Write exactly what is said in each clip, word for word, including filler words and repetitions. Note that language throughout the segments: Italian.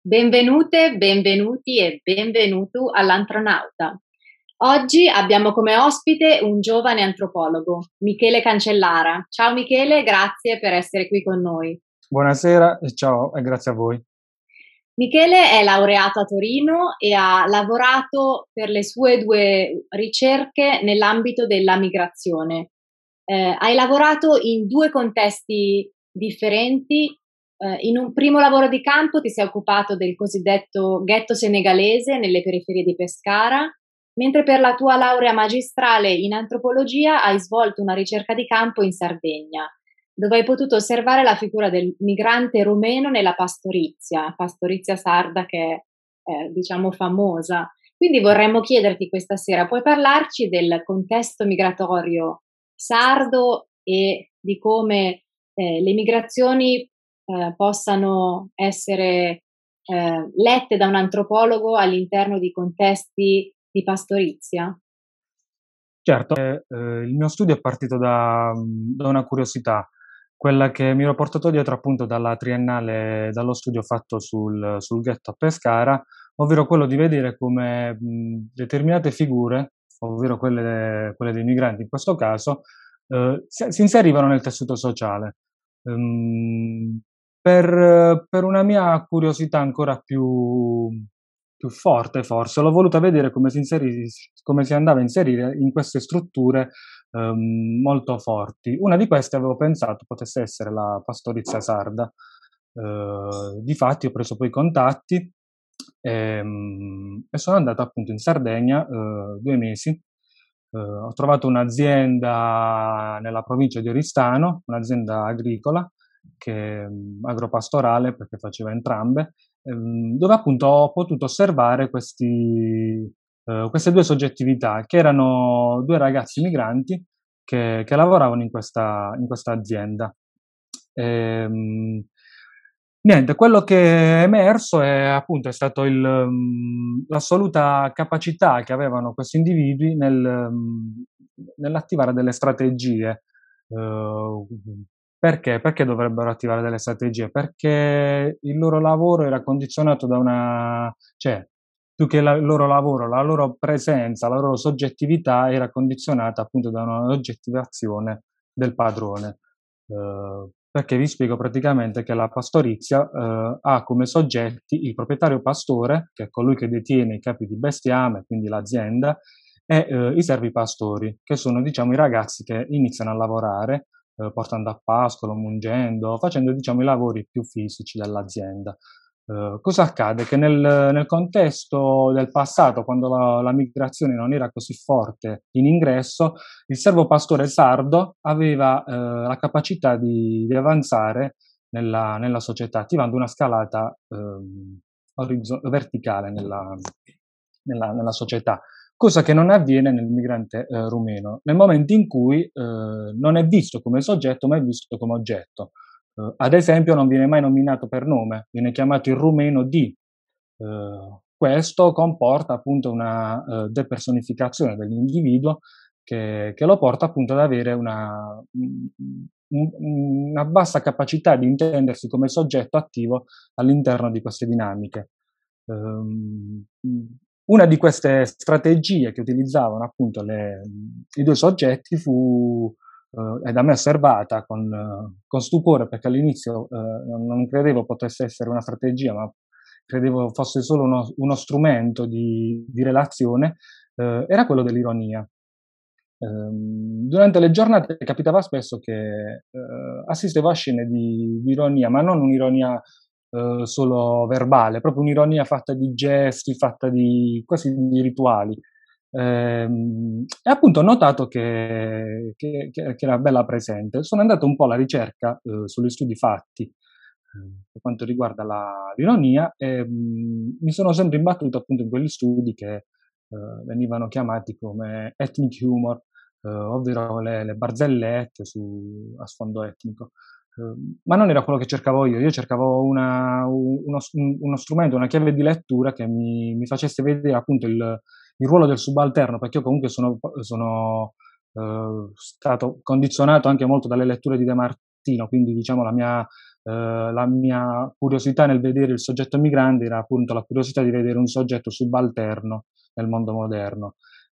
Benvenute, benvenuti e benvenuto all'Antronauta. Oggi abbiamo come ospite un giovane antropologo, Michele Cancellara. Ciao Michele, grazie per essere qui con noi. Buonasera e ciao e grazie a voi. Michele è laureato a Torino e ha lavorato per le sue due ricerche nell'ambito della migrazione. Eh, hai lavorato in due contesti differenti. Eh, in un primo lavoro di campo ti sei occupato del cosiddetto ghetto senegalese nelle periferie di Pescara, mentre per la tua laurea magistrale in antropologia hai svolto una ricerca di campo in Sardegna, dove hai potuto osservare la figura del migrante rumeno nella pastorizia, pastorizia sarda che è, eh, diciamo, famosa. Quindi vorremmo chiederti questa sera, puoi parlarci del contesto migratorio sardo e di come eh, le migrazioni eh, possano essere eh, lette da un antropologo all'interno di contesti di pastorizia? Certo, eh, eh, il mio studio è partito da, da una curiosità, quella che mi ero portato dietro appunto dalla triennale, dallo studio fatto sul, sul ghetto a Pescara, ovvero quello di vedere come mh, determinate figure, ovvero quelle, quelle dei migranti in questo caso, eh, si, si inserivano nel tessuto sociale. Ehm, per, per una mia curiosità ancora più, più forte, forse, l'ho voluta vedere come si, inseri- come si andava a inserire in queste strutture ehm, molto forti. Una di queste avevo pensato potesse essere la pastorizia sarda. Eh, difatti ho preso poi i contatti ehm, e sono andato appunto in Sardegna eh, due mesi. Eh, ho trovato un'azienda nella provincia di Oristano, un'azienda agricola, che, mh, agropastorale, perché faceva entrambe, ehm, dove appunto ho potuto osservare questi, eh, queste due soggettività, che erano due ragazzi migranti che, che lavoravano in questa, in questa azienda. Ehm, Niente, quello che è emerso è appunto è stato il, mm, l'assoluta capacità che avevano questi individui nel, mm, nell'attivare delle strategie. Eh, perché? Perché dovrebbero attivare delle strategie? Perché il loro lavoro era condizionato da una, cioè, più che la- il loro lavoro, la loro presenza, la loro soggettività era condizionata appunto da una oggettivazione del padrone. Eh, perché vi spiego praticamente che la pastorizia eh, ha come soggetti il proprietario pastore, che è colui che detiene i capi di bestiame, quindi l'azienda, e eh, i servi pastori, che sono diciamo i ragazzi che iniziano a lavorare eh, portando a pascolo, mungendo, facendo diciamo i lavori più fisici dell'azienda. Eh, cosa accade? Che nel, nel contesto del passato, quando la, la migrazione non era così forte in ingresso, il servo pastore sardo aveva eh, la capacità di, di avanzare nella, nella, società, attivando una scalata ehm, orizzo- verticale nella, nella, nella, società, cosa che non avviene nel migrante eh, rumeno, nel momento in cui eh, non è visto come soggetto, ma è visto come oggetto. Eh, ad esempio, non viene mai nominato per nome, viene chiamato il rumeno di. Eh, questo comporta appunto una eh, depersonificazione dell'individuo che, che, lo porta appunto ad avere una, un, una bassa capacità di intendersi come soggetto attivo all'interno di queste dinamiche. Um, una di queste strategie che utilizzavano appunto le, i due soggetti fu, eh, è da me osservata con, eh, con stupore, perché all'inizio eh, non credevo potesse essere una strategia, ma credevo fosse solo uno, uno strumento di, di relazione, eh, era quello dell'ironia. Um, durante le giornate capitava spesso che uh, assistevo a scene di, di ironia, ma non un'ironia uh, solo verbale, proprio un'ironia fatta di gesti, fatta di quasi di rituali. Um, e appunto ho notato che, che, che, che era bella presente. Sono andato un po' alla ricerca uh, sugli studi fatti uh, per quanto riguarda la, l'ironia e um, mi sono sempre imbattuto appunto in quegli studi che uh, venivano chiamati come ethnic humor, eh, ovvero le, le barzellette su, a sfondo etnico. Eh, ma non era quello che cercavo io, io cercavo una, uno, uno, strumento, una chiave di lettura che mi, mi facesse vedere appunto il, il, ruolo del subalterno, perché io comunque sono, sono eh, stato condizionato anche molto dalle letture di De Martino, quindi diciamo la mia eh, la mia curiosità nel vedere il soggetto migrante era appunto la curiosità di vedere un soggetto subalterno nel mondo moderno,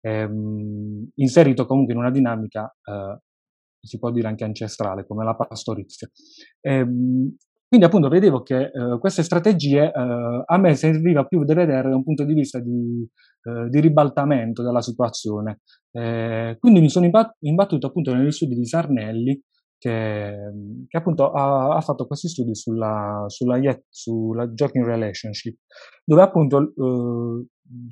ehm, inserito comunque in una dinamica, eh, si può dire anche ancestrale, come la pastorizia. Ehm, quindi appunto vedevo che eh, queste strategie eh, a me serviva più da vedere da un punto di vista di, eh, di ribaltamento della situazione. Eh, quindi mi sono imbat- imbattuto appunto negli studi di Sarnelli, che, che appunto ha, ha fatto questi studi sulla, sulla, yet- sulla joking relationship, dove appunto eh,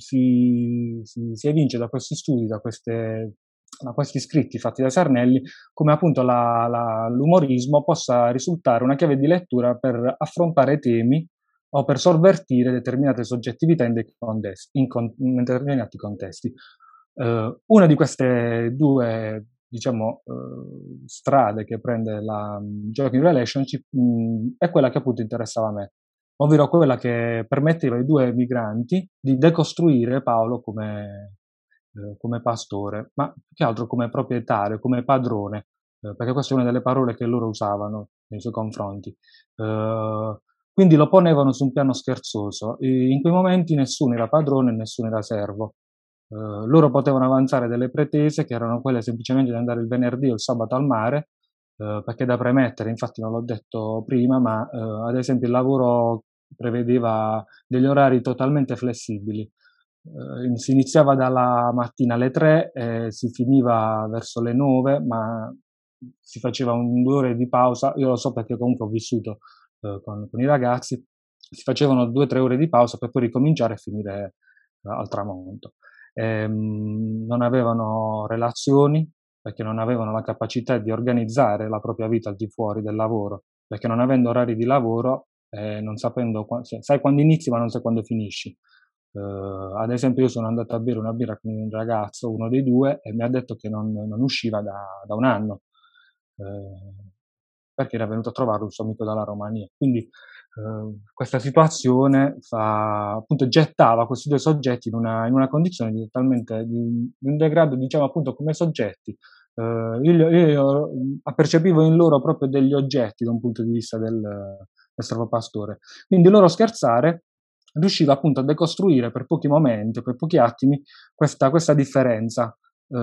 si, si, si evince da questi studi, da, queste, da questi scritti fatti da Sarnelli, come appunto la, la, l'umorismo possa risultare una chiave di lettura per affrontare temi o per sovvertire determinate soggettività in, dei contesti, in, con, in determinati contesti. Uh, una di queste due, diciamo, uh, strade che prende la um, joking relationship mh, è quella che appunto interessava a me, ovvero quella che permetteva ai due migranti di decostruire Paolo come, eh, come pastore, ma più che altro come proprietario, come padrone, eh, perché questa è una delle parole che loro usavano nei suoi confronti. Eh, quindi lo ponevano su un piano scherzoso. E in quei momenti nessuno era padrone e nessuno era servo. Uh, loro potevano avanzare delle pretese che erano quelle semplicemente di andare il venerdì o il sabato al mare, uh, perché da premettere, infatti non l'ho detto prima, ma uh, ad esempio il lavoro prevedeva degli orari totalmente flessibili. Uh, si iniziava dalla mattina alle tre e si finiva verso le nove, ma si faceva un due ore di pausa. Io lo so perché comunque ho vissuto uh, con, con i ragazzi, si facevano due o tre ore di pausa per poi ricominciare e finire uh, al tramonto. Ehm, non avevano relazioni perché non avevano la capacità di organizzare la propria vita al di fuori del lavoro, perché non avendo orari di lavoro, eh, non sapendo, cioè, sai quando inizi ma non sai quando finisci. Uh, ad esempio io sono andato a bere una birra con un ragazzo, uno dei due, e mi ha detto che non, non usciva da, da un anno, uh, perché era venuto a trovare un suo amico dalla Romania. Quindi Uh, questa situazione fa, appunto, gettava questi due soggetti in una, in una condizione di, totalmente, di, di un degrado, diciamo appunto come soggetti. Uh, io, io percepivo in loro proprio degli oggetti da un punto di vista del, del servo pastore. Quindi loro scherzare riusciva appunto a decostruire per pochi momenti, per pochi attimi, questa, questa differenza.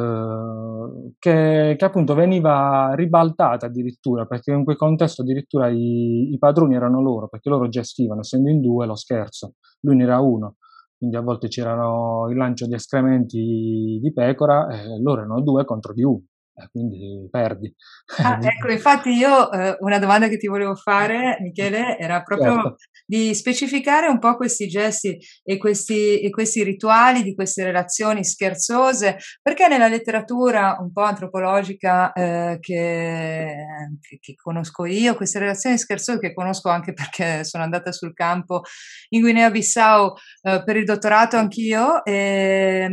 Uh, che, che appunto veniva ribaltata addirittura, perché in quel contesto addirittura i, i padroni erano loro, perché loro gestivano, essendo in due, lo scherzo, lui ne era uno, quindi a volte c'erano il lancio di escrementi di pecora e loro erano due contro di uno, e quindi perdi. Ah, ecco, infatti io eh, una domanda che ti volevo fare, Michele, era proprio Certo. di specificare un po' questi gesti e questi, e questi rituali di queste relazioni scherzose, perché nella letteratura un po' antropologica eh, che, che, che conosco io, queste relazioni scherzose che conosco anche perché sono andata sul campo in Guinea-Bissau eh, per il dottorato anch'io, e,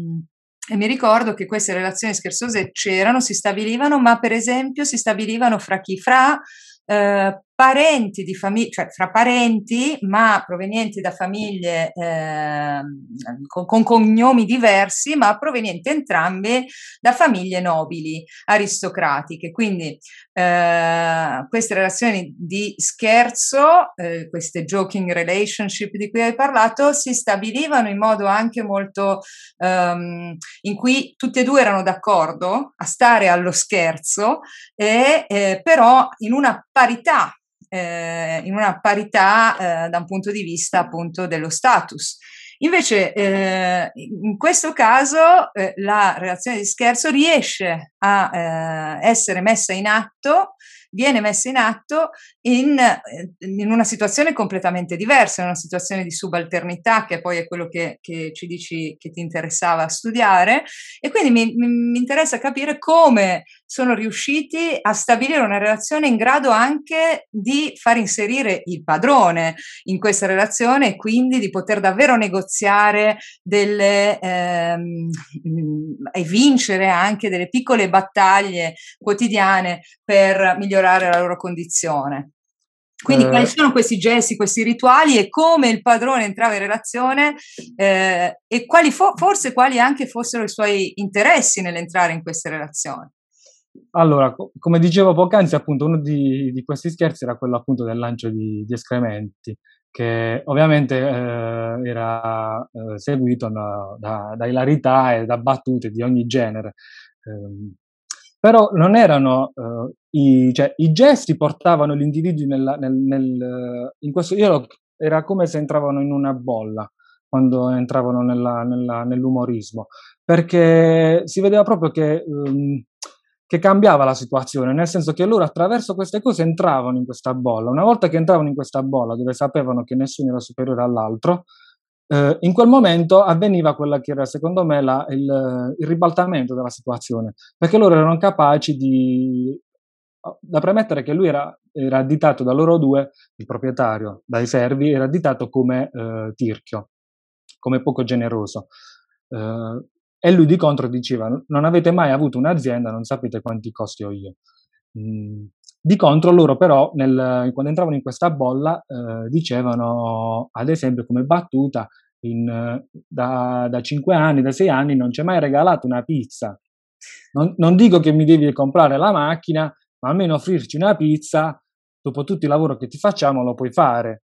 E mi ricordo che queste relazioni scherzose c'erano, si stabilivano, ma per esempio si stabilivano fra chi? Fra eh, parenti di famiglie, cioè fra parenti, ma provenienti da famiglie eh, con, con cognomi diversi, ma provenienti entrambi da famiglie nobili, aristocratiche. Quindi eh, queste relazioni di scherzo, eh, queste joking relationship di cui hai parlato, si stabilivano in modo anche molto um, in cui tutti e due erano d'accordo a stare allo scherzo, e, eh, però in una parità, eh, in una parità eh, da un punto di vista appunto dello status. Invece eh, in questo caso eh, la relazione di scherzo riesce a eh, essere messa in atto, viene messa in atto in, in una situazione completamente diversa, in una situazione di subalternità, che poi è quello che, che ci dici che ti interessava studiare, e quindi mi, mi, mi interessa capire come sono riusciti a stabilire una relazione in grado anche di far inserire il padrone in questa relazione e quindi di poter davvero negoziare delle ehm, e vincere anche delle piccole battaglie quotidiane per migliorare la loro condizione. Quindi eh, quali sono questi gesti, questi rituali e come il padrone entrava in relazione eh, e quali fo- forse quali anche fossero i suoi interessi nell'entrare in queste relazioni? Allora, co- come dicevo poc'anzi, appunto, uno di, di questi scherzi era quello appunto del lancio di, di escrementi, che ovviamente eh, era eh, seguito da, da- da ilarità e da battute di ogni genere. Ehm, Però non erano eh, i, cioè, i gesti portavano gli individui nella- nel, nel, eh, in questo, io lo- era come se entravano in una bolla quando entravano nella- nella- nell'umorismo, perché si vedeva proprio che, ehm, che cambiava la situazione, nel senso che loro attraverso queste cose entravano in questa bolla. Una volta che entravano in questa bolla, dove sapevano che nessuno era superiore all'altro, eh, in quel momento avveniva quella che era, secondo me, la- il, il ribaltamento della situazione, perché loro erano capaci di... Da premettere che lui era, era additato da loro due, il proprietario, dai servi, era additato come eh, tirchio, come poco generoso. Eh, e lui di contro diceva: non avete mai avuto un'azienda, non sapete quanti costi ho io. Mm. Di contro loro però, nel, quando entravano in questa bolla, eh, dicevano, ad esempio, come battuta, in, da, da cinque anni, da sei anni, non ci hai mai regalato una pizza. Non, non dico che mi devi comprare la macchina, ma almeno offrirci una pizza, dopo tutto il lavoro che ti facciamo, lo puoi fare.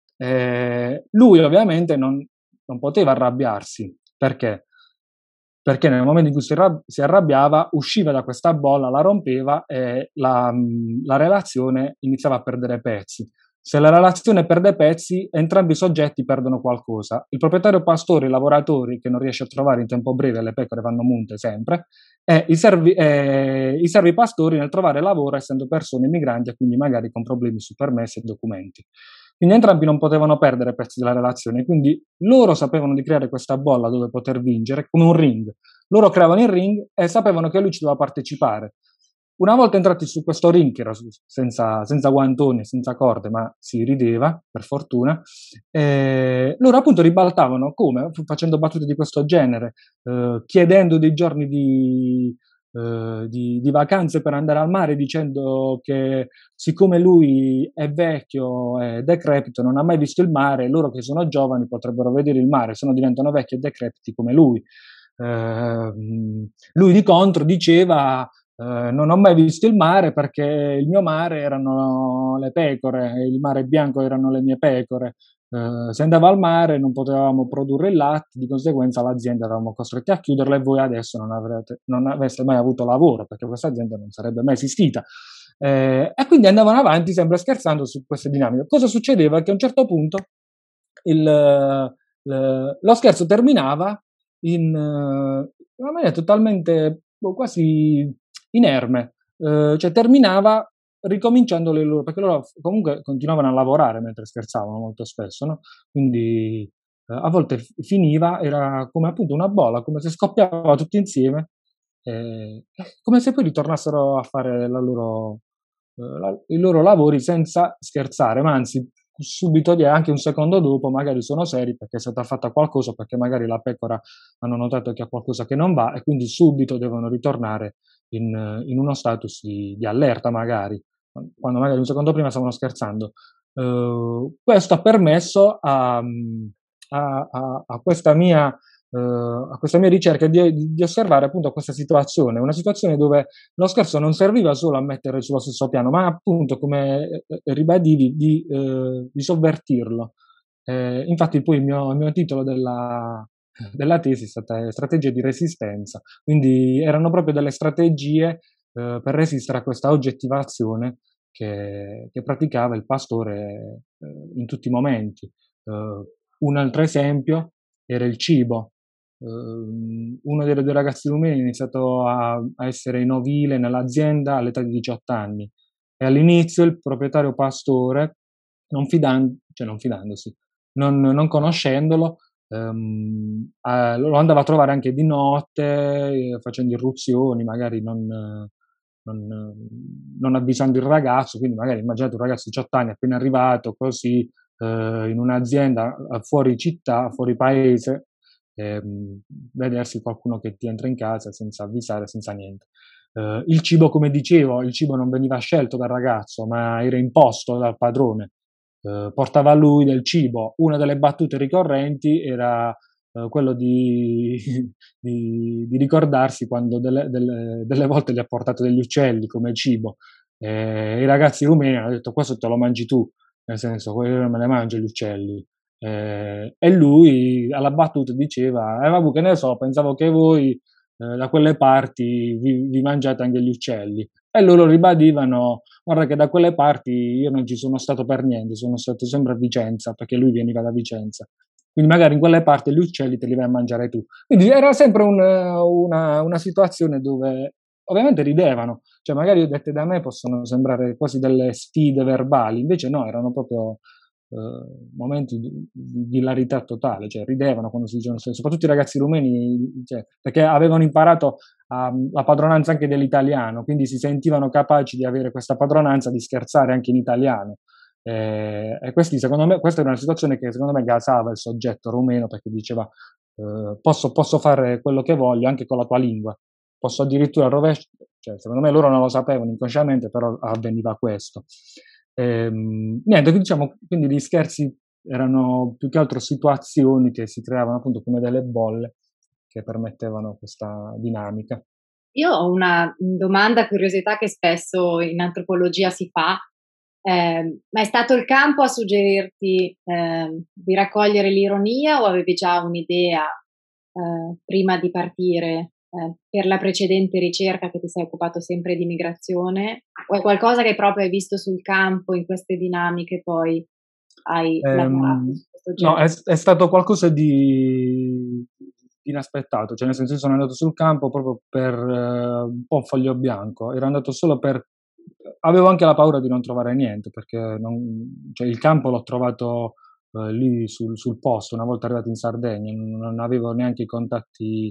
Eh, lui ovviamente non, non poteva arrabbiarsi. Perché? Perché nel momento in cui si, arrab- si arrabbiava, usciva da questa bolla, la rompeva e la, la relazione iniziava a perdere pezzi. Se la relazione perde pezzi, entrambi i soggetti perdono qualcosa. Il proprietario pastore, i lavoratori che non riesce a trovare in tempo breve, le pecore vanno munte sempre, e i servi, eh, i servi pastori nel trovare lavoro, essendo persone migranti e quindi magari con problemi su permessi e documenti. Quindi entrambi non potevano perdere pezzi della relazione, quindi loro sapevano di creare questa bolla dove poter vincere, come un ring. Loro creavano il ring e sapevano che lui ci doveva partecipare. Una volta entrati su questo ring, che era senza, senza guantoni, senza corde, ma si rideva, per fortuna, eh, loro appunto ribaltavano come? Facendo battute di questo genere, eh, chiedendo dei giorni di, eh, di, di vacanze per andare al mare, dicendo che siccome lui è vecchio e decrepito, non ha mai visto il mare, loro che sono giovani potrebbero vedere il mare, se no diventano vecchi e decrepiti come lui. Eh, lui di contro diceva: eh, non ho mai visto il mare perché il mio mare erano le pecore, il mare bianco erano le mie pecore. Eh, se andava al mare non potevamo produrre il latte, di conseguenza l'azienda eravamo costretti a chiuderla e voi adesso non, avrete, non aveste mai avuto lavoro perché questa azienda non sarebbe mai esistita. Eh, e quindi andavano avanti sempre scherzando su queste dinamiche. Cosa succedeva? Che a un certo punto il, eh, lo scherzo terminava in, eh, in una maniera totalmente boh, quasi inerme, eh, cioè terminava ricominciando le loro, perché loro comunque continuavano a lavorare mentre scherzavano molto spesso, no? Quindi eh, a volte f- finiva, era come appunto una bolla, come se scoppiava tutti insieme, eh, come se poi ritornassero a fare la loro, eh, la- i loro lavori senza scherzare, ma anzi subito di anche un secondo dopo magari sono seri perché è stata fatta qualcosa, perché magari la pecora hanno notato che ha qualcosa che non va e quindi subito devono ritornare in, in uno status di, di allerta magari, quando magari un secondo prima stavano scherzando. Uh, questo ha permesso a, a, a, a questa mia Uh, a questa mia ricerca di, di, osservare appunto questa situazione, una situazione dove lo scherzo non serviva solo a mettere sullo stesso piano, ma appunto, come eh, ribadivi, di, eh, di sovvertirlo. Eh, infatti poi il mio, il mio titolo della, della tesi è stata strategie di resistenza, quindi erano proprio delle strategie eh, per resistere a questa oggettivazione che, che praticava il pastore eh, in tutti i momenti. Uh, un altro esempio era il cibo. Uh, uno dei due ragazzi rumeni ha iniziato a, a essere in ovile nell'azienda all'età di diciotto anni e all'inizio il proprietario pastore, non, fidan- cioè non fidandosi, non, non conoscendolo, um, eh, lo andava a trovare anche di notte, eh, facendo irruzioni, magari non, non, non avvisando il ragazzo, quindi magari immaginate un ragazzo di diciotto anni appena arrivato così eh, in un'azienda fuori città, fuori paese, ehm, vedersi qualcuno che ti entra in casa senza avvisare, senza niente. Eh, il cibo, come dicevo, il cibo non veniva scelto dal ragazzo, ma era imposto dal padrone. Eh, portava a lui del cibo. Una delle battute ricorrenti era eh, quello di, di, di ricordarsi quando delle, delle, delle volte gli ha portato degli uccelli come cibo. Eh, I ragazzi rumeni hanno detto: questo te lo mangi tu, nel senso, quelli non me ne mangio gli uccelli. Eh, e lui alla battuta diceva: eh, vabbè, che ne so, pensavo che voi eh, da quelle parti vi, vi mangiate anche gli uccelli. E loro ribadivano: guarda che da quelle parti io non ci sono stato per niente, sono stato sempre a Vicenza, perché lui veniva da Vicenza. Quindi magari in quelle parti gli uccelli te li vai a mangiare tu. Quindi era sempre un, una, una situazione dove ovviamente ridevano, cioè magari dette da me possono sembrare quasi delle sfide verbali, invece no, erano proprio eh, momenti di, di hilarità totale, cioè ridevano quando si dicevano, soprattutto i ragazzi rumeni, cioè, perché avevano imparato um, la padronanza anche dell'italiano, quindi si sentivano capaci di avere questa padronanza, di scherzare anche in italiano. Eh, e questi, secondo me, questa era una situazione che secondo me gasava il soggetto rumeno, perché diceva eh, posso, posso fare quello che voglio anche con la tua lingua, posso addirittura rovesciare, cioè, secondo me loro non lo sapevano inconsciamente, però avveniva questo. Ehm, niente, diciamo, quindi gli scherzi erano più che altro situazioni che si creavano appunto come delle bolle che permettevano questa dinamica. Io ho una domanda, curiosità che spesso in antropologia si fa, eh, ma è stato il campo a suggerirti eh, di raccogliere l'ironia o avevi già un'idea eh, prima di partire eh, per la precedente ricerca che ti sei occupato sempre di migrazione? O è qualcosa che proprio hai visto sul campo in queste dinamiche poi hai lavorato Ehm, su questo no, genere? è, è stato qualcosa di inaspettato, cioè nel senso io sono andato sul campo proprio per eh, un po' un foglio bianco, ero andato solo per... avevo anche la paura di non trovare niente, perché non, cioè, il campo l'ho trovato eh, lì sul, sul posto, una volta arrivato in Sardegna, non, non avevo neanche i contatti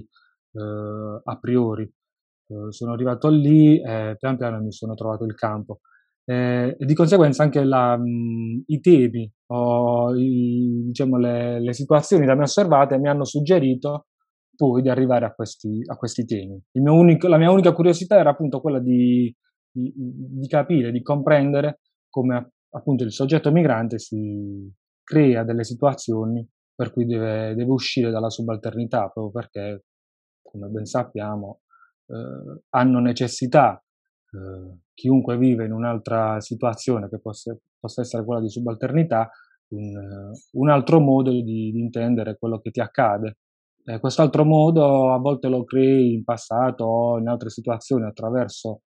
eh, a priori. Eh, sono arrivato lì e pian piano mi sono trovato il campo. Eh, e di conseguenza anche la, mh, i temi o i, diciamo, le, le situazioni da me osservate mi hanno suggerito poi di arrivare a questi, a questi temi. Il mio unico, la mia unica curiosità era appunto quella di, di, di capire, di comprendere come appunto il soggetto migrante si crea delle situazioni per cui deve, deve uscire dalla subalternità, proprio perché, come ben sappiamo, eh, hanno necessità, eh, chiunque vive in un'altra situazione che possa, possa essere quella di subalternità, un, un altro modo di, di intendere quello che ti accade. Eh, quest'altro modo a volte lo crei in passato o in altre situazioni attraverso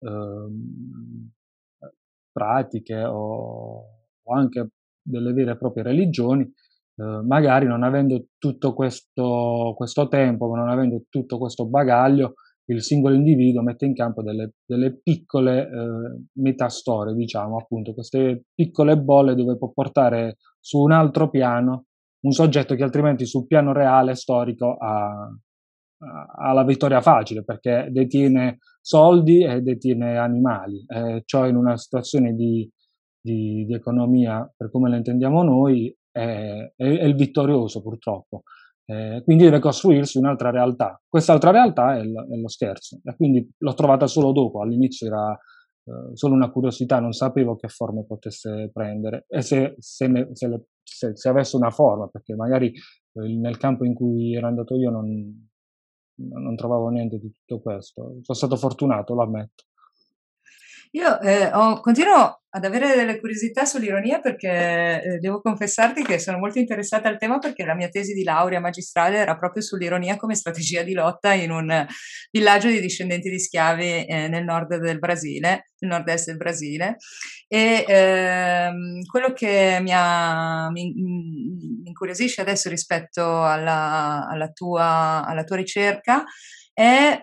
ehm, pratiche o, o anche delle vere e proprie religioni, eh, magari non avendo tutto questo, questo tempo, ma non avendo tutto questo bagaglio, il singolo individuo mette in campo delle, delle piccole eh, metastorie, diciamo, appunto, queste piccole bolle dove può portare su un altro piano un soggetto che altrimenti sul piano reale, storico, ha, ha la vittoria facile perché detiene soldi e detiene animali, eh, ciò in una situazione di, di, di economia, per come la intendiamo noi, è, è, è il vittorioso purtroppo. Eh, quindi deve costruirsi un'altra realtà. Quest'altra realtà è, il, è lo scherzo, e quindi l'ho trovata solo dopo. All'inizio era eh, solo una curiosità, non sapevo che forma potesse prendere e se, se, ne, se, le, se, se avesse una forma, perché magari eh, nel campo in cui ero andato io non, non trovavo niente di tutto questo. Sono stato fortunato, lo ammetto. Io eh, ho, continuo ad avere delle curiosità sull'ironia perché eh, devo confessarti che sono molto interessata al tema perché la mia tesi di laurea magistrale era proprio sull'ironia come strategia di lotta in un villaggio di discendenti di schiavi eh, nel nord del Brasile, nel nord-est del Brasile. E ehm, quello che mi, ha, mi, mi incuriosisce adesso rispetto alla, alla, tua, alla tua ricerca è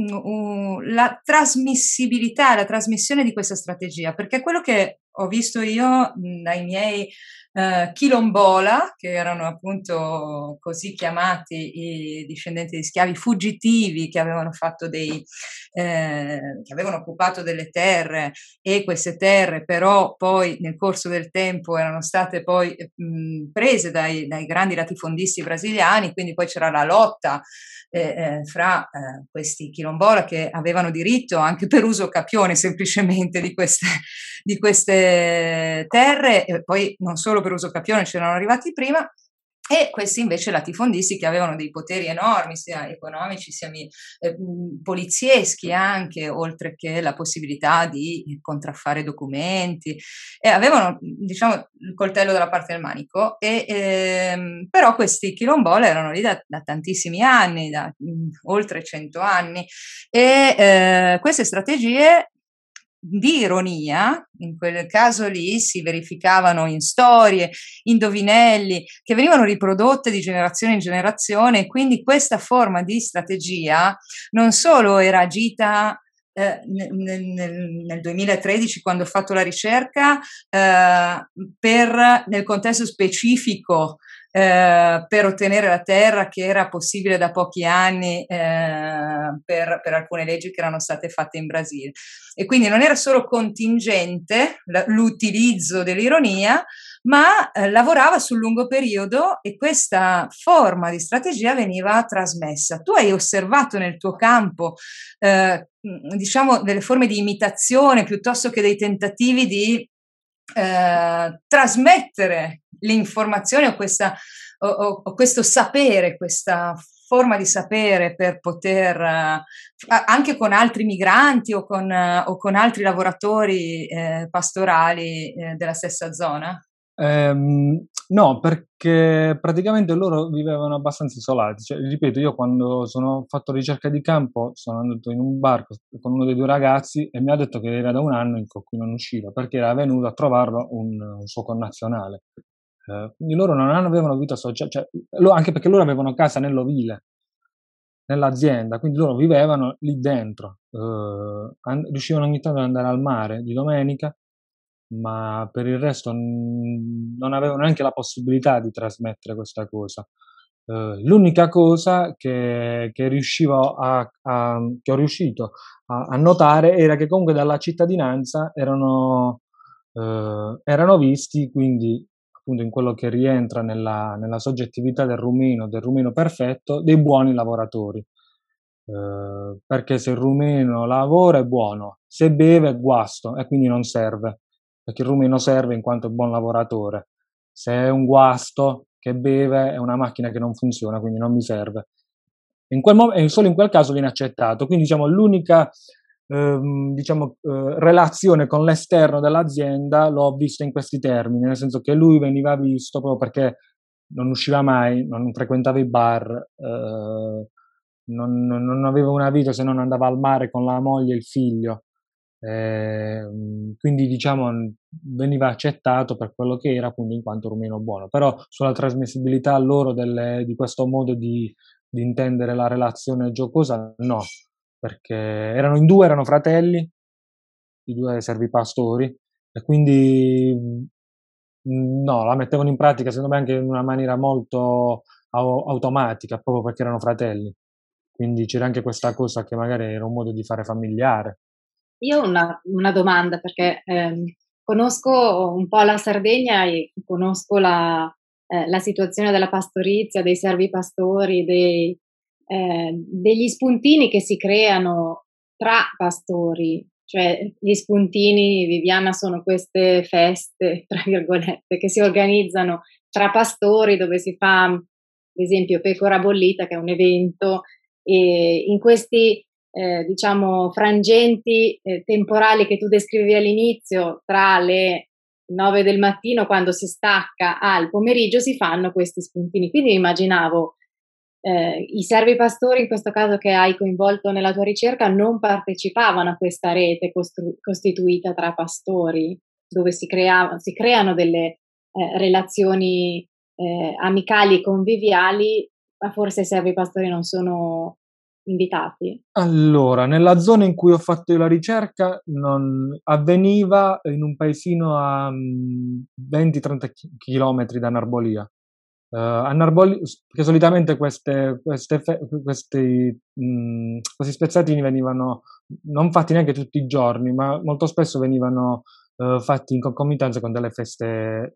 la trasmissibilità, la trasmissione di questa strategia, perché quello che ho visto io dai miei eh, Quilombola, che erano appunto così chiamati i discendenti di schiavi fuggitivi che avevano fatto dei eh, che avevano occupato delle terre e queste terre però poi nel corso del tempo erano state poi mh, prese dai, dai grandi latifondisti brasiliani, quindi poi c'era la lotta eh, eh, fra eh, questi Quilombola che avevano diritto anche per uso capione semplicemente di queste, di queste terre e poi non solo per uso capione, c'erano arrivati prima E questi invece latifondisti che avevano dei poteri enormi, sia economici sia eh, polizieschi anche, oltre che la possibilità di contraffare documenti, e avevano, diciamo, il coltello dalla parte del manico, e, ehm, però questi quilombole erano lì da, da tantissimi anni, da mh, oltre cento anni, e eh, queste strategie di ironia, in quel caso lì si verificavano in storie, indovinelli che venivano riprodotte di generazione in generazione, e quindi questa forma di strategia non solo era agita eh, nel, nel, nel duemilatredici, quando ho fatto la ricerca, eh, per, nel contesto specifico eh, per ottenere la terra, che era possibile da pochi anni eh, per, per alcune leggi che erano state fatte in Brasile. E quindi non era solo contingente l'utilizzo dell'ironia, ma eh, lavorava sul lungo periodo, e questa forma di strategia veniva trasmessa. Tu hai osservato nel tuo campo, eh, diciamo, delle forme di imitazione piuttosto che dei tentativi di eh, trasmettere l'informazione o, questa, o, o, o questo sapere, questa forma di sapere, per poter, eh, anche con altri migranti o con, eh, o con altri lavoratori eh, pastorali eh, della stessa zona? Ehm, no, perché praticamente loro vivevano abbastanza isolati. Cioè, ripeto, io quando sono fatto ricerca di campo sono andato in un bar con uno dei due ragazzi e mi ha detto che era da un anno in cui non usciva, perché era venuto a trovarlo un, un suo connazionale. Eh, quindi loro non avevano vita sociale, cioè, lo- anche perché loro avevano casa nell'ovile, nell'azienda, quindi loro vivevano lì dentro. Eh, an- riuscivano ogni tanto ad andare al mare di domenica, ma per il resto n- non avevo neanche la possibilità di trasmettere questa cosa. Eh, l'unica cosa che, che riuscivo a, a- che ho riuscito a, a notare era che comunque dalla cittadinanza erano, eh, erano visti, quindi appunto in quello che rientra nella, nella soggettività del rumeno, del rumeno perfetto, dei buoni lavoratori. Eh, perché se il rumeno lavora è buono, se beve è guasto e quindi non serve, perché il rumeno serve in quanto è buon lavoratore. Se è un guasto che beve è una macchina che non funziona, quindi non mi serve. In quel mom- e solo in quel caso viene accettato. Quindi diciamo l'unica ehm, diciamo, eh, relazione con l'esterno dell'azienda l'ho vista in questi termini, nel senso che lui veniva visto proprio perché non usciva mai, non frequentava i bar, eh, non, non aveva una vita se non andava al mare con la moglie e il figlio. Eh, quindi diciamo veniva accettato per quello che era, appunto in quanto rumeno buono, però sulla trasmissibilità loro delle, di questo modo di, di intendere la relazione giocosa no, perché erano in due, erano fratelli, i due servipastori, e quindi mh, no, la mettevano in pratica secondo me anche in una maniera molto au- automatica, proprio perché erano fratelli. Quindi c'era anche questa cosa che magari era un modo di fare familiare. Io ho una, una domanda, perché ehm, conosco un po' la Sardegna e conosco la, eh, la situazione della pastorizia, dei servipastori, dei, eh, degli spuntini che si creano tra pastori. Cioè, gli spuntini, Viviana, sono queste feste, tra virgolette, che si organizzano tra pastori, dove si fa, ad esempio, pecora bollita, che è un evento, e in questi eh, diciamo, frangenti eh, temporali che tu descrivi all'inizio, tra le nove del mattino, quando si stacca, al pomeriggio, si fanno questi spuntini. Quindi immaginavo eh, i servipastori, in questo caso che hai coinvolto nella tua ricerca, non partecipavano a questa rete costru- costituita tra pastori, dove si, crea- si creano delle eh, relazioni eh, amicali e conviviali, ma forse i servipastori non sono invitati. Allora, nella zona in cui ho fatto io la ricerca non avveniva in un paesino a mm, venti trenta km da Narbolia. Eh, a Narboli, perché solitamente queste, queste fe- questi, mh, questi spezzatini venivano non fatti neanche tutti i giorni, ma molto spesso venivano eh, fatti in concomitanza con delle feste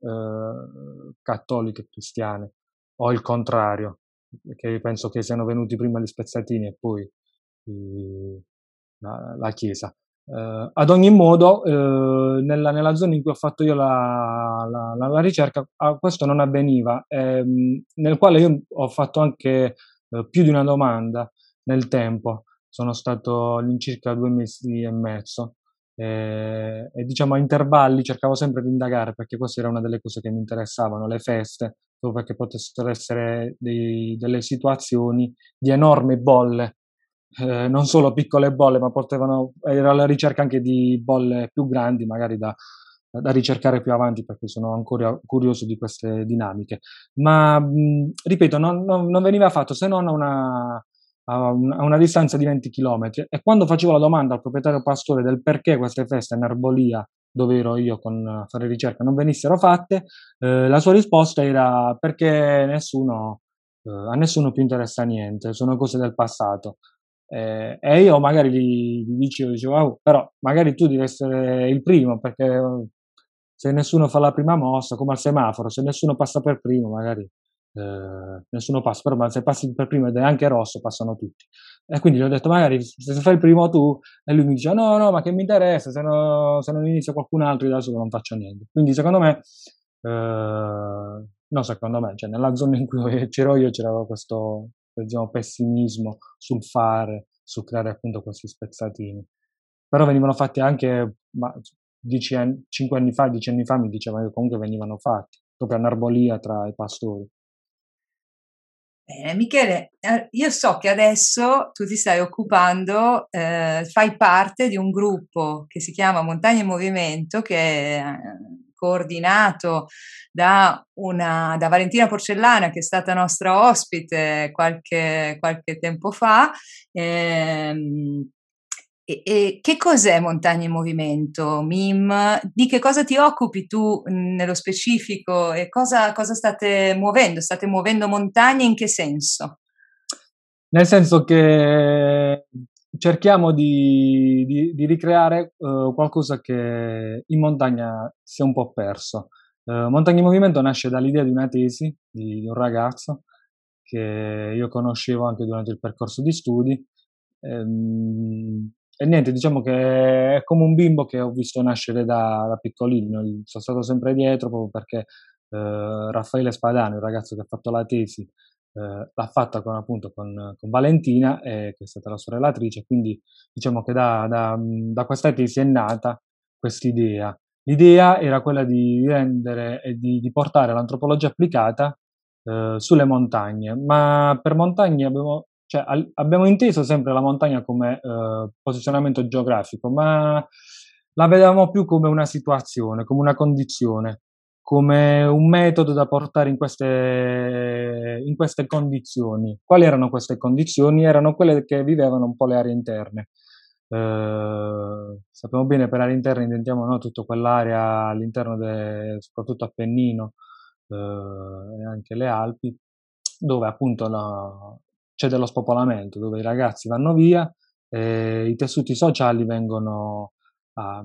eh, cattoliche cristiane, o il contrario, che penso che siano venuti prima gli spezzatini e poi i- la, la chiesa. Eh, ad ogni modo, eh, nella, nella zona in cui ho fatto io la, la- la- la ricerca, ah, questo non avveniva, ehm, nel quale io ho fatto anche eh, più di una domanda nel tempo. Sono stato all'incirca due mesi e mezzo e, e, diciamo a intervalli cercavo sempre di indagare perché questa era una delle cose che mi interessavano, le feste, proprio perché potessero essere dei- delle situazioni di enormi bolle, eh, non solo piccole bolle, ma potevano, era alla ricerca anche di bolle più grandi, magari da, da ricercare più avanti, perché sono ancora curioso di queste dinamiche. Ma mh, ripeto, non, non- non veniva fatto se non a una, a un- a una distanza di venti chilometri. E quando facevo la domanda al proprietario pastore del perché queste feste in Arbolia, dove ero io con a fare ricerca, non venissero fatte, eh, la sua risposta era perché nessuno, eh, a nessuno più interessa niente, sono cose del passato. Eh, e io magari gli, gli dicevo, dicevo, "Oh, però magari tu devi essere il primo, perché eh, se nessuno fa la prima mossa, come al semaforo, se nessuno passa per primo, magari eh, nessuno passa, però ma se passi per primo ed è anche rosso, passano tutti. E quindi gli ho detto, magari se fai il primo tu, e lui mi dice, no, no, ma che mi interessa, se, no, se non inizia qualcun altro, io da solo non faccio niente. Quindi secondo me, eh, no, secondo me, cioè nella zona in cui c'ero io c'era questo, diciamo, pessimismo sul fare, su creare appunto questi spezzatini. Però venivano fatti anche, ma dieci anni, cinque anni fa, dieci anni fa mi dicevano che comunque venivano fatti, proprio a Narbolia tra i pastori. Bene, Michele, eh, io so che adesso tu ti stai occupando, eh, fai parte di un gruppo che si chiama Montagna in Movimento, che è eh, coordinato da, una, da Valentina Porcellana, che è stata nostra ospite qualche, qualche tempo fa. Ehm, e, e che cos'è Montagna in Movimento, M I M? Di che cosa ti occupi tu mh, nello specifico e cosa, cosa state muovendo? State muovendo montagne in che senso? Nel senso che cerchiamo di, di- di ricreare eh, qualcosa che in montagna si è un po' perso. Eh, Montagna in Movimento nasce dall'idea di una tesi di, di un ragazzo che io conoscevo anche durante il percorso di studi. Ehm, e niente, diciamo che è come un bimbo che ho visto nascere da, da piccolino. Gli sono stato sempre dietro proprio perché eh, Raffaele Spadano, il ragazzo che ha fatto la tesi, eh, l'ha fatta con, appunto, con, con Valentina, eh, che è stata la sua relatrice, quindi diciamo che da, da, da questa tesi è nata quest'idea. L'idea era quella di rendere e di, di portare l'antropologia applicata eh, sulle montagne, ma per montagne abbiamo, cioè, al- abbiamo inteso sempre la montagna come eh, posizionamento geografico, ma la vedevamo più come una situazione, come una condizione, come un metodo da portare in queste, in queste condizioni. Quali erano queste condizioni? Erano quelle che vivevano un po' le aree interne. Eh, sappiamo bene per aree interne intendiamo no, tutta quell'area all'interno, de, soprattutto Appennino eh, e anche le Alpi, dove appunto la, c'è dello spopolamento, dove i ragazzi vanno via e i tessuti sociali vengono a,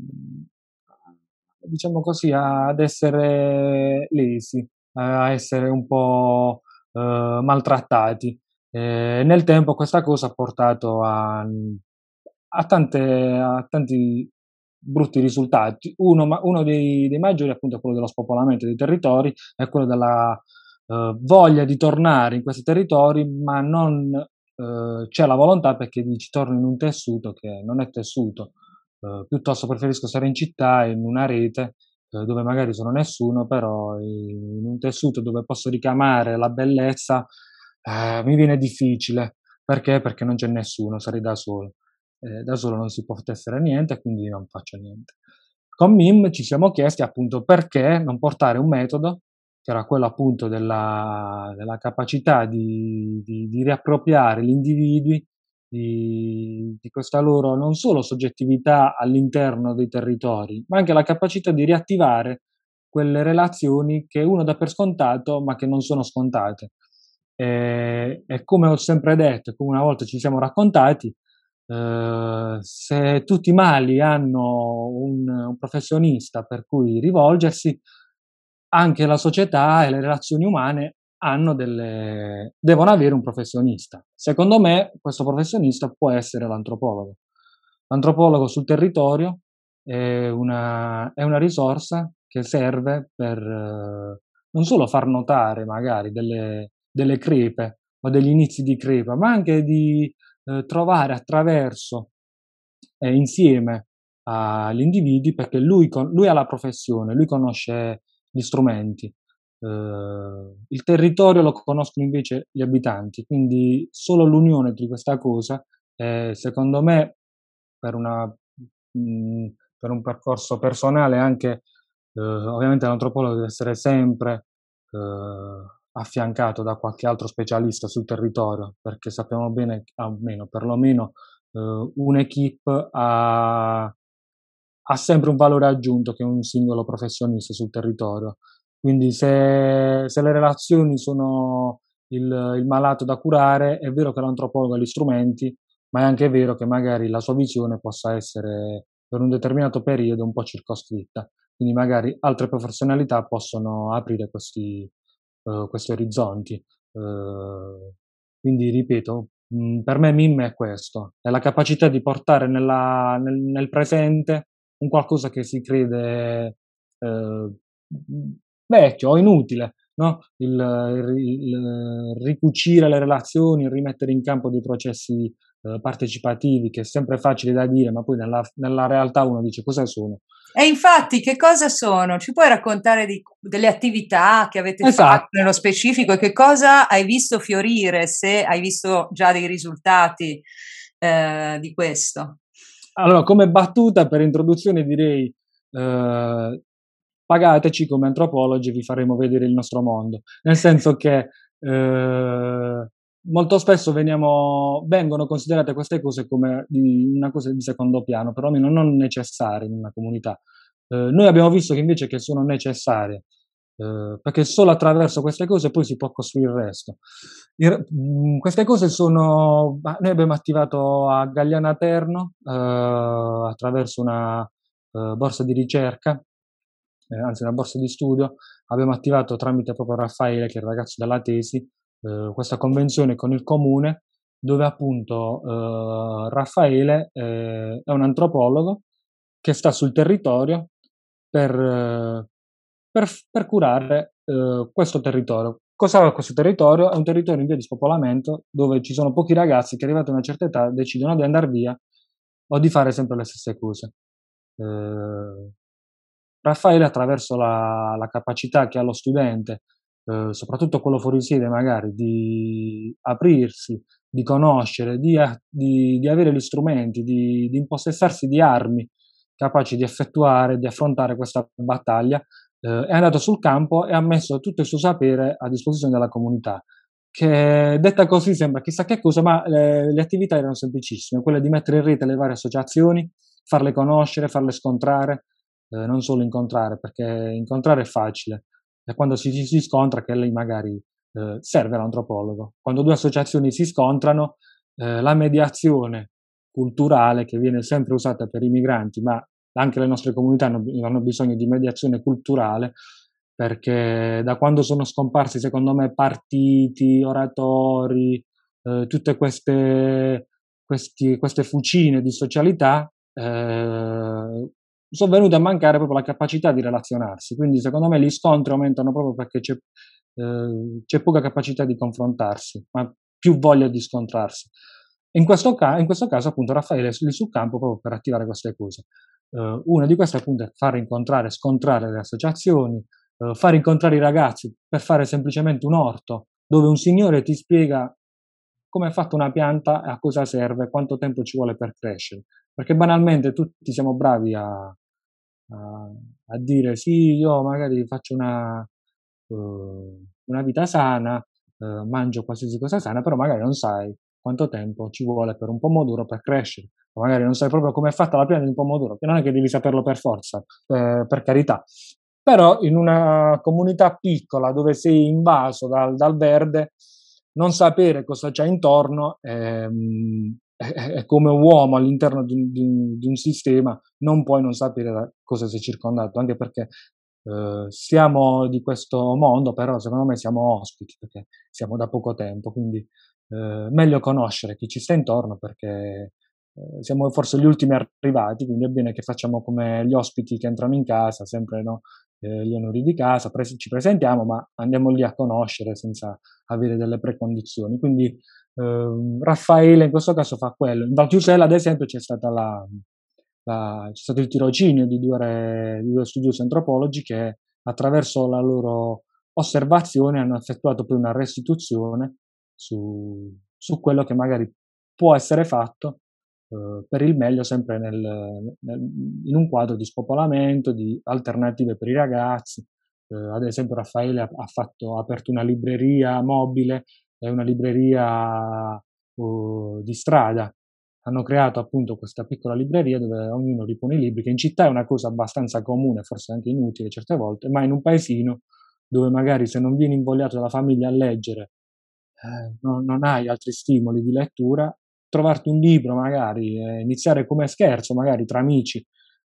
diciamo così, ad essere lesi, a essere un po' eh, maltrattati. Eh, nel tempo questa cosa ha portato a, a, tante, a tanti brutti risultati. Uno, ma- uno dei, dei maggiori appunto è quello dello spopolamento dei territori, è quello della eh, voglia di tornare in questi territori, ma non eh, c'è la volontà perché dici torno in un tessuto che non è tessuto. Eh, piuttosto preferisco stare in città, in una rete, eh, dove magari sono nessuno, però in un tessuto dove posso ricamare la bellezza, eh, mi viene difficile. Perché? Perché non c'è nessuno, sarei da solo. Eh, da solo non si può tessere niente, quindi non faccio niente. Con M I M ci siamo chiesti appunto perché non portare un metodo, che era quello appunto della, della capacità di, di, di riappropriare gli individui di, di questa loro non solo soggettività all'interno dei territori, ma anche la capacità di riattivare quelle relazioni che uno dà per scontato, ma che non sono scontate. E, e come ho sempre detto, e come una volta ci siamo raccontati, eh, se tutti i mali hanno un, un professionista per cui rivolgersi, anche la società e le relazioni umane hanno delle, devono avere un professionista. Secondo me, questo professionista può essere l'antropologo. l'antropologo sul territorio è una, è una risorsa che serve per eh, non solo far notare magari delle, delle crepe o degli inizi di crepa, ma anche di eh, trovare attraverso eh, insieme agli individui, perché lui, con, lui ha la professione, lui conosce gli strumenti, eh, il territorio lo conoscono invece gli abitanti, quindi solo l'unione di questa cosa, eh, secondo me, per, una, mh, per un percorso personale anche, eh, ovviamente l'antropologo deve essere sempre eh, affiancato da qualche altro specialista sul territorio, perché sappiamo bene, almeno perlomeno, eh, un'equipe ha, ha sempre un valore aggiunto che un singolo professionista sul territorio. Quindi se, se le relazioni sono il, il malato da curare, è vero che l'antropologo ha gli strumenti, ma è anche vero che magari la sua visione possa essere per un determinato periodo un po' circoscritta. Quindi magari altre professionalità possono aprire questi, uh, questi orizzonti. Uh, quindi ripeto, mh, per me M I M è questo, è la capacità di portare nella, nel, nel presente un qualcosa che si crede eh, vecchio o inutile, no? il, il, il ricucire le relazioni, il rimettere in campo dei processi eh, partecipativi, che è sempre facile da dire, ma poi nella, nella realtà uno dice cosa sono. E infatti, che cosa sono? Ci puoi raccontare di, delle attività che avete Esatto. fatto nello specifico e che cosa hai visto fiorire, se hai visto già dei risultati eh, di questo? Allora, come battuta per introduzione direi eh, pagateci come antropologi, vi faremo vedere il nostro mondo, nel senso che eh, molto spesso veniamo, vengono considerate queste cose come di, una cosa di secondo piano, perlomeno non necessarie in una comunità. Eh, noi abbiamo visto che invece che sono necessarie, eh, perché solo attraverso queste cose poi si può costruire il resto. Il, mh, queste cose sono, noi abbiamo attivato a Gagliana Terno eh, attraverso una eh, borsa di ricerca, eh, anzi una borsa di studio, abbiamo attivato tramite proprio Raffaele, che è il ragazzo della tesi, eh, questa convenzione con il comune, dove appunto eh, Raffaele eh, è un antropologo che sta sul territorio per, eh, per, per curare eh, questo territorio. Cosa è questo territorio? È un territorio in via di spopolamento dove ci sono pochi ragazzi che arrivati a una certa età decidono di andare via o di fare sempre le stesse cose. Eh, Raffaele, attraverso la, la capacità che ha lo studente, eh, soprattutto quello fuori sede magari, di aprirsi, di conoscere, di, di, di avere gli strumenti, di, di impossessarsi di armi capaci di effettuare, di affrontare questa battaglia, eh, è andato sul campo e ha messo tutto il suo sapere a disposizione della comunità, che detta così sembra chissà che cosa, ma le, le attività erano semplicissime, quelle di mettere in rete le varie associazioni, farle conoscere, farle scontrare, eh, non solo incontrare, perché incontrare è facile, è quando si, si scontra che lei magari eh, serve l'antropologo. Quando due associazioni si scontrano, eh, la mediazione culturale che viene sempre usata per i migranti, ma anche le nostre comunità hanno, hanno bisogno di mediazione culturale, perché da quando sono scomparsi, secondo me, partiti, oratori, eh, tutte queste, questi, queste fucine di socialità, eh, sono venute a mancare proprio la capacità di relazionarsi. Quindi, secondo me, gli scontri aumentano proprio perché c'è, eh, c'è poca capacità di confrontarsi, ma più voglia di scontrarsi. In questo, ca- in questo caso, appunto, Raffaele è lì sul campo proprio per attivare queste cose. Uh, una di queste, appunto, è far incontrare, scontrare le associazioni, uh, far incontrare i ragazzi per fare semplicemente un orto dove un signore ti spiega come è fatta una pianta e a cosa serve, quanto tempo ci vuole per crescere. Perché banalmente tutti siamo bravi a, a, a dire sì, io magari faccio una, uh, una vita sana, uh, mangio qualsiasi cosa sana, però magari non sai quanto tempo ci vuole per un pomodoro per crescere, o magari non sai proprio come è fatta la pianta di un pomodoro, che non è che devi saperlo per forza, eh, per carità. Però in una comunità piccola dove sei invaso dal, dal verde, non sapere cosa c'è intorno ehm, è, è come un uomo all'interno di un, di, un, di un sistema, non puoi non sapere da cosa sei circondato, anche perché eh, siamo di questo mondo, però secondo me siamo ospiti, perché siamo da poco tempo, quindi eh, meglio conoscere chi ci sta intorno, perché eh, siamo forse gli ultimi arrivati, quindi è bene che facciamo come gli ospiti che entrano in casa, sempre no, eh, gli onori di casa, pres- ci presentiamo, ma andiamo lì a conoscere senza avere delle precondizioni. Quindi eh, Raffaele in questo caso fa quello. In Val Chiusella, ad esempio, c'è stata la, la- c'è stato il tirocinio di due, re- di due studiosi antropologi che attraverso la loro osservazione hanno effettuato poi una restituzione su, su quello che magari può essere fatto eh, per il meglio, sempre nel, nel, in un quadro di spopolamento, di alternative per i ragazzi. Eh, ad esempio Raffaele ha, ha, fatto, ha aperto una libreria mobile e una libreria uh, di strada. Hanno creato appunto questa piccola libreria dove ognuno ripone i libri, che in città è una cosa abbastanza comune, forse anche inutile certe volte, ma in un paesino dove magari se non vieni invogliato dalla famiglia a leggere, eh, non, non hai altri stimoli di lettura, trovarti un libro magari, eh, iniziare come scherzo, magari tra amici,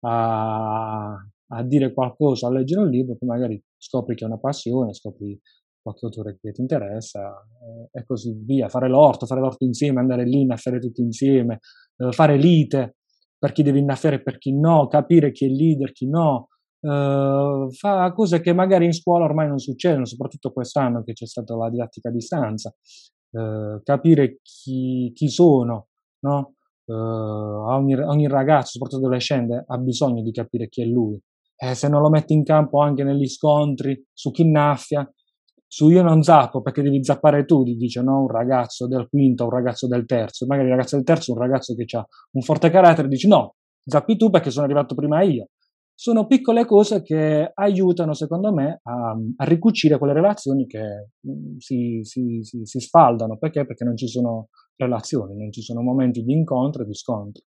a, a dire qualcosa, a leggere un libro, poi magari scopri che è una passione, scopri qualche autore che ti interessa eh, e così via. Fare l'orto, fare l'orto insieme, andare lì, innaffiare tutti insieme, eh, fare lite per chi deve innaffiare e per chi no, capire chi è leader, chi no. Uh, fa cose che magari in scuola ormai non succedono, soprattutto quest'anno che c'è stata la didattica a distanza, uh, capire chi, chi sono, no? Uh, ogni, ogni ragazzo, soprattutto adolescente, ha bisogno di capire chi è lui. E se non lo metti in campo anche negli scontri su chi innaffia, su io non zappo perché devi zappare tu, ti dice no, un ragazzo del quinto, un ragazzo del terzo, magari il ragazzo del terzo è un ragazzo che ha un forte carattere, dici no, zappi tu perché sono arrivato prima io. Sono piccole cose che aiutano, secondo me, a, a ricucire quelle relazioni che mh, si, si, si, si sfaldano. Perché? Perché non ci sono relazioni, non ci sono momenti di incontro e di scontro.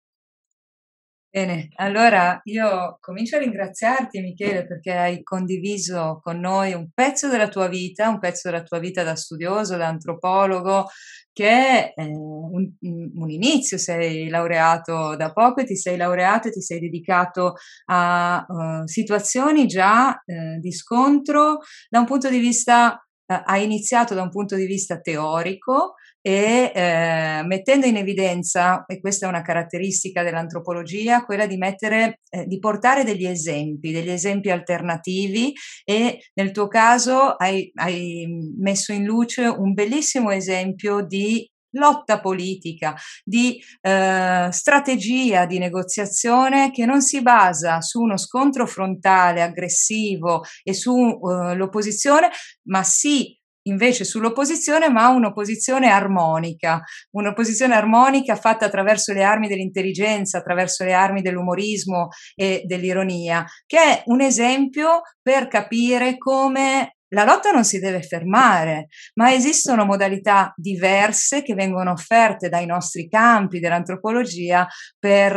Bene, allora io comincio a ringraziarti Michele perché hai condiviso con noi un pezzo della tua vita, un pezzo della tua vita da studioso, da antropologo, che è eh, un, un inizio, sei laureato da poco e ti sei laureato e ti sei dedicato a uh, situazioni già uh, di scontro da un punto di vista, uh, hai iniziato da un punto di vista teorico, e eh, mettendo in evidenza, e questa è una caratteristica dell'antropologia, quella di mettere, eh, di portare degli esempi, degli esempi alternativi, e nel tuo caso hai, hai messo in luce un bellissimo esempio di lotta politica, di eh, strategia di negoziazione che non si basa su uno scontro frontale, aggressivo e sull'opposizione, uh, ma si invece sull'opposizione, ma un'opposizione armonica, un'opposizione armonica fatta attraverso le armi dell'intelligenza, attraverso le armi dell'umorismo e dell'ironia, che è un esempio per capire come la lotta non si deve fermare, ma esistono modalità diverse che vengono offerte dai nostri campi dell'antropologia per,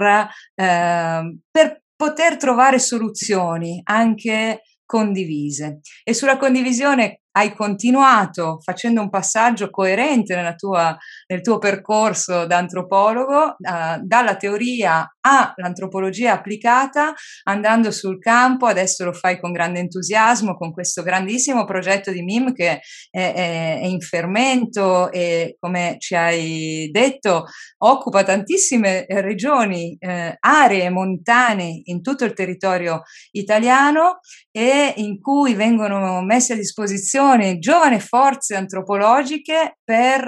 eh, per poter trovare soluzioni anche condivise. E sulla condivisione hai continuato facendo un passaggio coerente nella tua, nel tuo percorso da antropologo, uh, dalla teoria all'antropologia applicata, andando sul campo. Adesso lo fai con grande entusiasmo, con questo grandissimo progetto di M I M che è, è, è in fermento e, come ci hai detto, occupa tantissime regioni, eh, aree montane in tutto il territorio italiano, e in cui vengono messe a disposizione giovani forze antropologiche per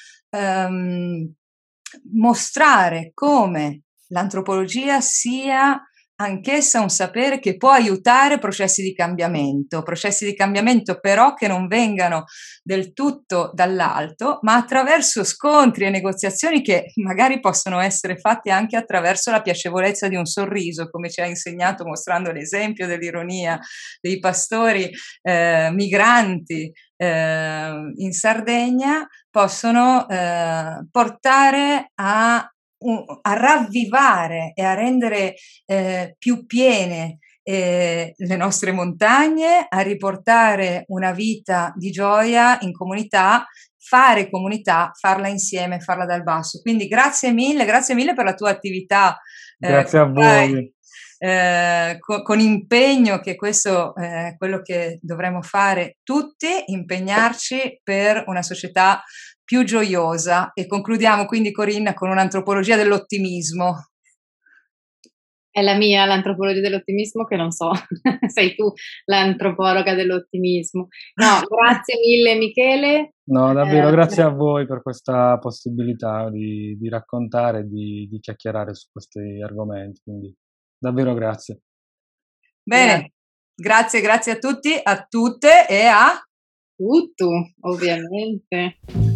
ehm, mostrare come l'antropologia sia anch'essa un sapere che può aiutare processi di cambiamento, processi di cambiamento però che non vengano del tutto dall'alto, ma attraverso scontri e negoziazioni che magari possono essere fatte anche attraverso la piacevolezza di un sorriso, come ci ha insegnato mostrando l'esempio dell'ironia dei pastori eh, migranti eh, in Sardegna, possono eh, portare a a ravvivare e a rendere eh, più piene eh, le nostre montagne, a riportare una vita di gioia in comunità, fare comunità, farla insieme, farla dal basso. Quindi grazie mille, grazie mille per la tua attività. Grazie eh, a voi. Eh, con, con impegno, che questo è eh, quello che dovremmo fare tutti, impegnarci per una società più gioiosa. E concludiamo quindi, Corinna, con un'antropologia dell'ottimismo. È la mia l'antropologia dell'ottimismo, che non so, sei tu l'antropologa dell'ottimismo. No, grazie mille Michele. No, davvero, eh, grazie a voi per questa possibilità di, di raccontare, di, di chiacchierare su questi argomenti, quindi davvero grazie. Bene, grazie, grazie a tutti, a tutte e a tutto, ovviamente.